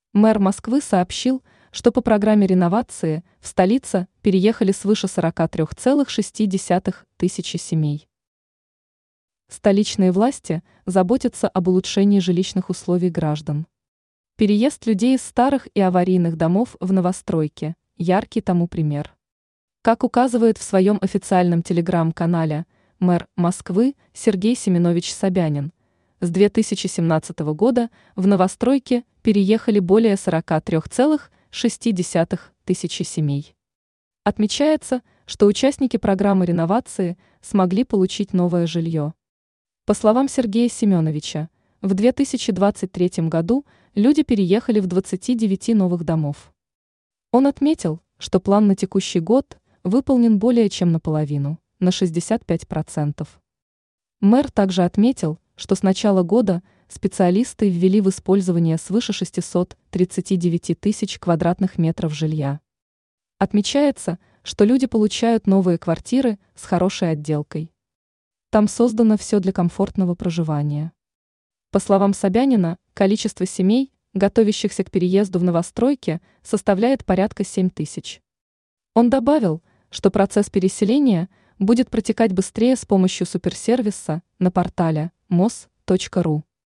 Мэр Москвы сообщил, что по программе реновации в столице переехали свыше 43,6 тысячи семей. Столичные власти заботятся об улучшении жилищных условий граждан. Переезд людей из старых и аварийных домов в новостройки – яркий тому пример. Как указывает в своем официальном телеграм-канале мэр Москвы Сергей Семенович Собянин, с 2017 года в новостройки переехали более 43,6 тысячи семей. Отмечается, что участники программы реновации смогли получить новое жилье. По словам Сергея Семеновича, в 2023 году люди переехали в 29 новых домов. Он отметил, что план на текущий год выполнен более чем наполовину, на 65%. Мэр также отметил, что с начала года специалисты ввели в использование свыше 639 тысяч квадратных метров жилья. Отмечается, что люди получают новые квартиры с хорошей отделкой. Там создано все для комфортного проживания. По словам Собянина, количество семей, готовящихся к переезду в новостройки, составляет порядка 7 тысяч. Он добавил, что процесс переселения будет протекать быстрее с помощью суперсервиса на портале mos.ru.